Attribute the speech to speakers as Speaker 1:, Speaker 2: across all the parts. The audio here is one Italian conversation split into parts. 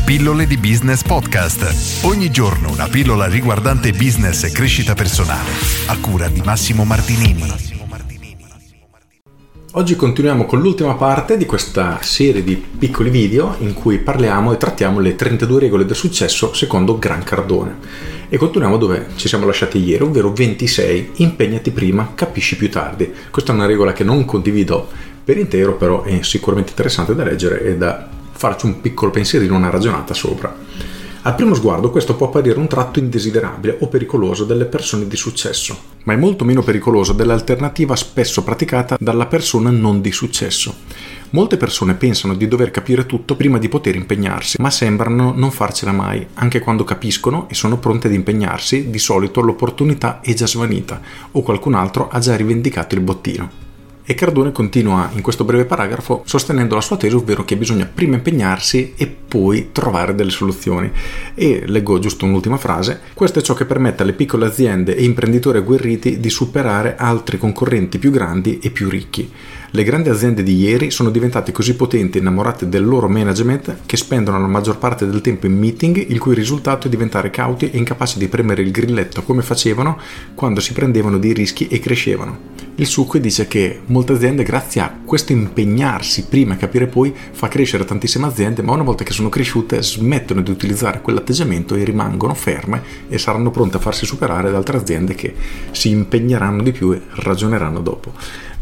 Speaker 1: Pillole di Business Podcast. Ogni giorno una pillola riguardante business e crescita personale. A cura di Massimo Martinini.
Speaker 2: Oggi continuiamo con l'ultima parte di questa serie di piccoli video in cui parliamo e trattiamo le 32 regole del successo secondo Grant Cardone. E continuiamo dove ci siamo lasciati ieri, ovvero 26, impegnati prima, capisci più tardi. Questa è una regola che non condivido per intero, però è sicuramente interessante da leggere e da farci un piccolo pensierino, una ragionata sopra. Al primo sguardo questo può apparire un tratto indesiderabile o pericoloso delle persone di successo, ma è molto meno pericoloso dell'alternativa spesso praticata dalla persona non di successo. Molte persone pensano di dover capire tutto prima di poter impegnarsi, ma sembrano non farcela mai. Anche quando capiscono e sono pronte ad impegnarsi, di solito l'opportunità è già svanita o qualcun altro ha già rivendicato il bottino. E Cardone continua in questo breve paragrafo sostenendo la sua tesi, ovvero che bisogna prima impegnarsi e poi trovare delle soluzioni. E leggo giusto un'ultima frase: questo è ciò che permette alle piccole aziende e imprenditori agguerriti di superare altri concorrenti più grandi e più ricchi. Le grandi aziende di ieri sono diventate così potenti e innamorate del loro management che spendono la maggior parte del tempo in meeting, il cui risultato è diventare cauti e incapaci di premere il grilletto come facevano quando si prendevano dei rischi e crescevano. Il succo dice che molte aziende, grazie a questo impegnarsi prima e capire poi, fa crescere tantissime aziende, ma una volta che sono cresciute smettono di utilizzare quell'atteggiamento e rimangono ferme e saranno pronte a farsi superare da altre aziende che si impegneranno di più e ragioneranno dopo.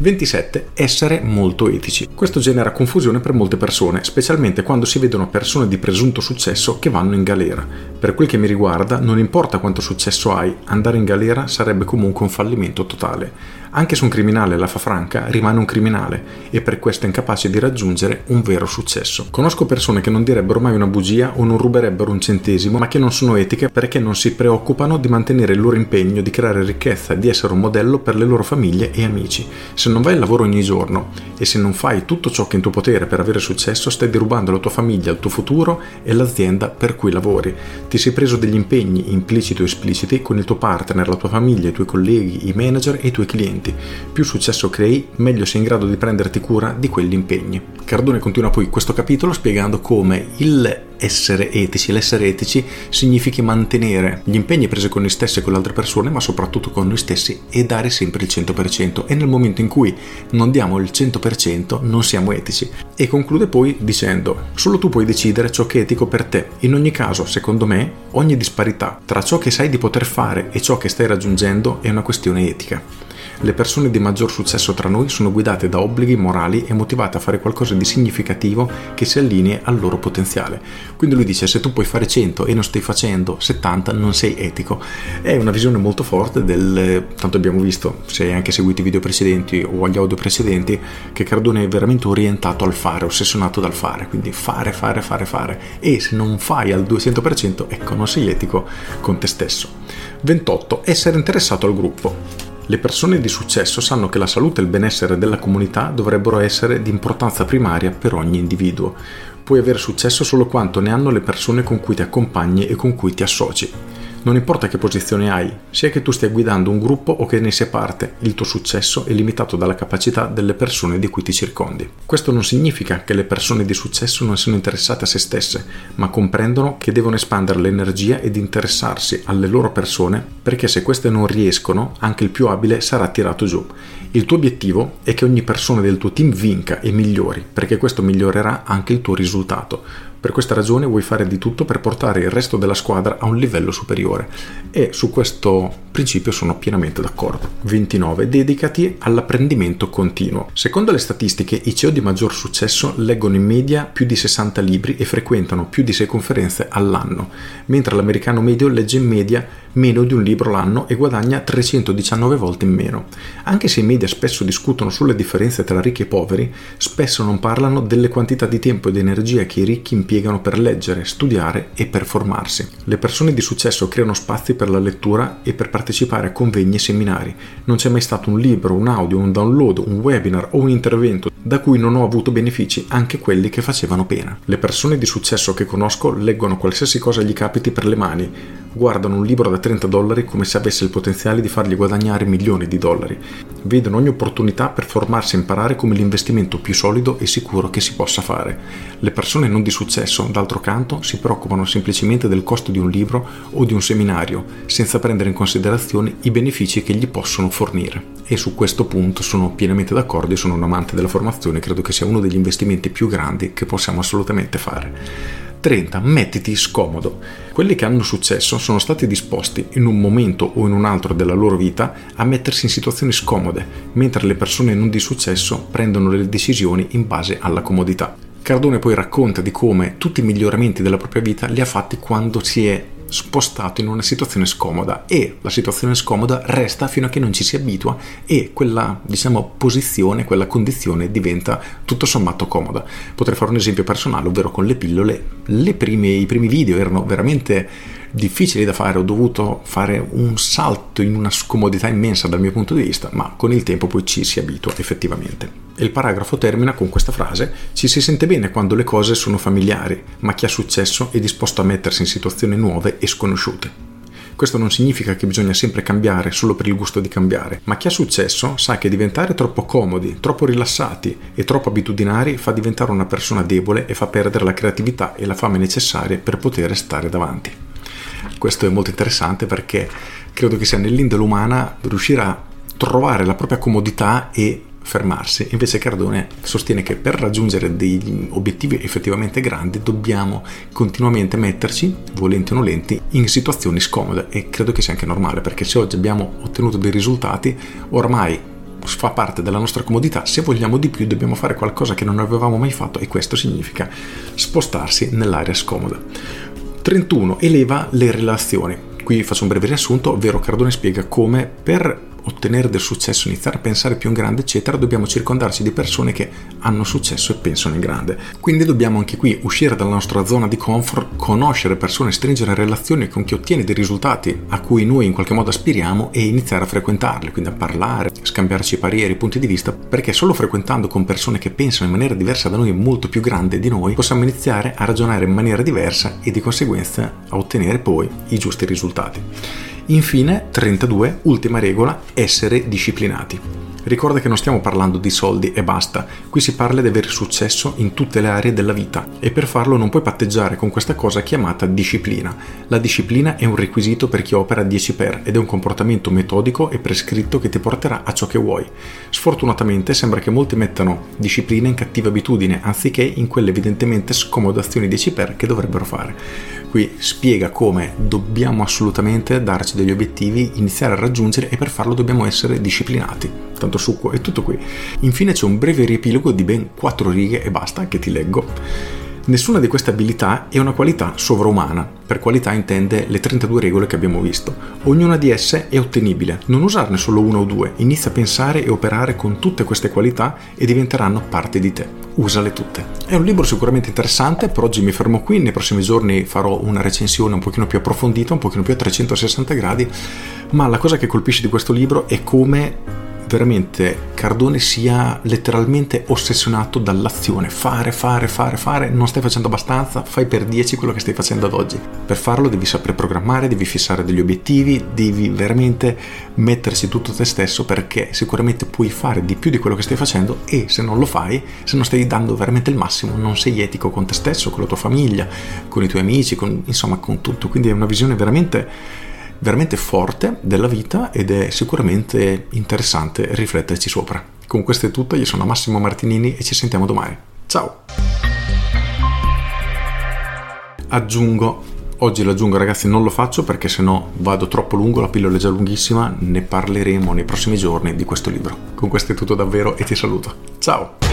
Speaker 2: 27. Essere molto etici. Questo genera confusione per molte persone, specialmente quando si vedono persone di presunto successo che vanno in galera. Per quel che mi riguarda, non importa quanto successo hai, andare in galera sarebbe comunque un fallimento totale. Anche se un criminale la fa franca, rimane un criminale e per questo è incapace di raggiungere un vero successo. Conosco persone che non direbbero mai una bugia o non ruberebbero un centesimo, ma che non sono etiche perché non si preoccupano di mantenere il loro impegno, di creare ricchezza e di essere un modello per le loro famiglie e amici. Se non vai al lavoro ogni giorno e se non fai tutto ciò che è in tuo potere per avere successo, stai derubando la tua famiglia, il tuo futuro e l'azienda per cui lavori. Ti sei preso degli impegni impliciti o espliciti con il tuo partner, la tua famiglia, i tuoi colleghi, i manager e i tuoi clienti. Più successo crei, meglio sei in grado di prenderti cura di quegli impegni. Cardone continua poi questo capitolo spiegando come l'essere etici significhi mantenere gli impegni presi con noi stessi e con le altre persone, ma soprattutto con noi stessi, e dare sempre il 100%, e nel momento in cui non diamo il 100% non siamo etici. E conclude poi dicendo: solo tu puoi decidere ciò che è etico per te. In ogni caso, secondo me, ogni disparità tra ciò che sai di poter fare e ciò che stai raggiungendo è una questione etica. Le persone di maggior successo tra noi sono guidate da obblighi morali e motivate a fare qualcosa di significativo che si allinei al loro potenziale. Quindi lui dice: se tu puoi fare 100 e non stai facendo 70 non sei etico. È una visione molto forte tanto abbiamo visto, se hai anche seguito i video precedenti o gli audio precedenti, che Cardone è veramente orientato al fare, ossessionato dal fare, quindi fare, e se non fai al 200% ecco, non sei etico con te stesso. 28. Essere interessato al gruppo. Le persone di successo sanno che la salute e il benessere della comunità dovrebbero essere di importanza primaria per ogni individuo. Puoi avere successo solo quanto ne hanno le persone con cui ti accompagni e con cui ti associ. Non importa che posizione hai, sia che tu stia guidando un gruppo o che ne sia parte, il tuo successo è limitato dalla capacità delle persone di cui ti circondi. Questo non significa che le persone di successo non siano interessate a se stesse, ma comprendono che devono espandere l'energia ed interessarsi alle loro persone, perché se queste non riescono, anche il più abile sarà tirato giù. Il tuo obiettivo è che ogni persona del tuo team vinca e migliori, perché questo migliorerà anche il tuo risultato. Per questa ragione vuoi fare di tutto per portare il resto della squadra a un livello superiore, e su questo principio sono pienamente d'accordo. 29. Dedicati all'apprendimento continuo. Secondo le statistiche, i CEO di maggior successo leggono in media più di 60 libri e frequentano più di 6 conferenze all'anno, mentre l'americano medio legge in media meno di un libro l'anno e guadagna 319 volte in meno. Anche se i media spesso discutono sulle differenze tra ricchi e poveri, spesso non parlano delle quantità di tempo ed energia che i ricchi impiegano per leggere, studiare e per formarsi. Le persone di successo creano spazi per la lettura e per partecipare a convegni e seminari. Non c'è mai stato un libro, un audio, un download, un webinar o un intervento da cui non ho avuto benefici, anche quelli che facevano pena. Le persone di successo che conosco leggono qualsiasi cosa gli capiti per le mani, guardano un libro da $30 come se avesse il potenziale di fargli guadagnare milioni di dollari. Vedono ogni opportunità per formarsi e imparare come l'investimento più solido e sicuro che si possa fare. Le persone non di successo successo, d'altro canto, si preoccupano semplicemente del costo di un libro o di un seminario, senza prendere in considerazione i benefici che gli possono fornire. E su questo punto sono pienamente d'accordo, io sono un amante della formazione, credo che sia uno degli investimenti più grandi che possiamo assolutamente fare. 30. Mettiti scomodo. Quelli che hanno successo sono stati disposti in un momento o in un altro della loro vita a mettersi in situazioni scomode, mentre le persone non di successo prendono le decisioni in base alla comodità. Cardone poi racconta di come tutti i miglioramenti della propria vita li ha fatti quando si è spostato in una situazione scomoda, e la situazione scomoda resta fino a che non ci si abitua e quella, posizione, quella condizione diventa tutto sommato comoda. Potrei fare un esempio personale, ovvero con le pillole. I primi video erano veramente difficili da fare, ho dovuto fare un salto in una scomodità immensa dal mio punto di vista, ma con il tempo poi ci si abitua effettivamente. E il paragrafo termina con questa frase: ci si sente bene quando le cose sono familiari, ma chi ha successo è disposto a mettersi in situazioni nuove e sconosciute. Questo non significa che bisogna sempre cambiare solo per il gusto di cambiare, ma chi ha successo sa che diventare troppo comodi, troppo rilassati e troppo abitudinari fa diventare una persona debole e fa perdere la creatività e la fame necessarie per poter stare davanti. Questo è molto interessante perché credo che sia nell'indole umana riuscire a trovare la propria comodità e fermarsi. Invece Cardone sostiene che per raggiungere degli obiettivi effettivamente grandi dobbiamo continuamente metterci, volenti o nolenti, in situazioni scomode, e credo che sia anche normale, perché se oggi abbiamo ottenuto dei risultati ormai fa parte della nostra comodità. Se vogliamo di più dobbiamo fare qualcosa che non avevamo mai fatto, e questo significa spostarsi nell'area scomoda. 31. Eleva le relazioni. Qui faccio un breve riassunto, ovvero Cardone spiega come per ottenere del successo, iniziare a pensare più in grande, eccetera, dobbiamo circondarci di persone che hanno successo e pensano in grande. Quindi dobbiamo anche qui uscire dalla nostra zona di comfort, conoscere persone, stringere relazioni con chi ottiene dei risultati a cui noi in qualche modo aspiriamo e iniziare a frequentarli, quindi a parlare, scambiarci pareri, punti di vista, perché solo frequentando con persone che pensano in maniera diversa da noi, molto più grande di noi, possiamo iniziare a ragionare in maniera diversa e di conseguenza a ottenere poi i giusti risultati. Infine, 32, ultima regola, essere disciplinati. Ricorda che non stiamo parlando di soldi e basta, qui si parla di avere successo in tutte le aree della vita, e per farlo non puoi patteggiare con questa cosa chiamata disciplina. La disciplina è un requisito per chi opera 10x ed è un comportamento metodico e prescritto che ti porterà a ciò che vuoi. Sfortunatamente sembra che molti mettano disciplina in cattiva abitudine anziché in quelle evidentemente scomodazioni 10x che dovrebbero fare. Qui spiega come dobbiamo assolutamente darci degli obiettivi, iniziare a raggiungere, e per farlo dobbiamo essere disciplinati. Tanto succo è tutto qui. Infine c'è un breve riepilogo di ben 4 righe e basta, che ti leggo. Nessuna di queste abilità è una qualità sovraumana. Per qualità intende le 32 regole che abbiamo visto. Ognuna di esse è ottenibile. Non usarne solo una o due. Inizia a pensare e operare con tutte queste qualità e diventeranno parte di te. Usale tutte. È un libro sicuramente interessante. Per oggi mi fermo qui. Nei prossimi giorni farò una recensione un pochino più approfondita, un pochino più a 360 gradi. Ma la cosa che colpisce di questo libro è come veramente Cardone sia letteralmente ossessionato dall'azione. Fare, non stai facendo abbastanza, fai per 10 quello che stai facendo ad oggi. Per farlo devi sapere programmare, devi fissare degli obiettivi, devi veramente metterci tutto te stesso, perché sicuramente puoi fare di più di quello che stai facendo, e se non lo fai, se non stai dando veramente il massimo, non sei etico con te stesso, con la tua famiglia, con i tuoi amici, con tutto. Quindi è una visione veramente forte della vita, ed è sicuramente interessante rifletterci sopra. Con questo è tutto, io sono Massimo Martinini e ci sentiamo domani. Ciao! Oggi l'aggiungo ragazzi, non lo faccio perché sennò vado troppo lungo, la pillola è già lunghissima, ne parleremo nei prossimi giorni di questo libro. Con questo è tutto davvero e ti saluto. Ciao!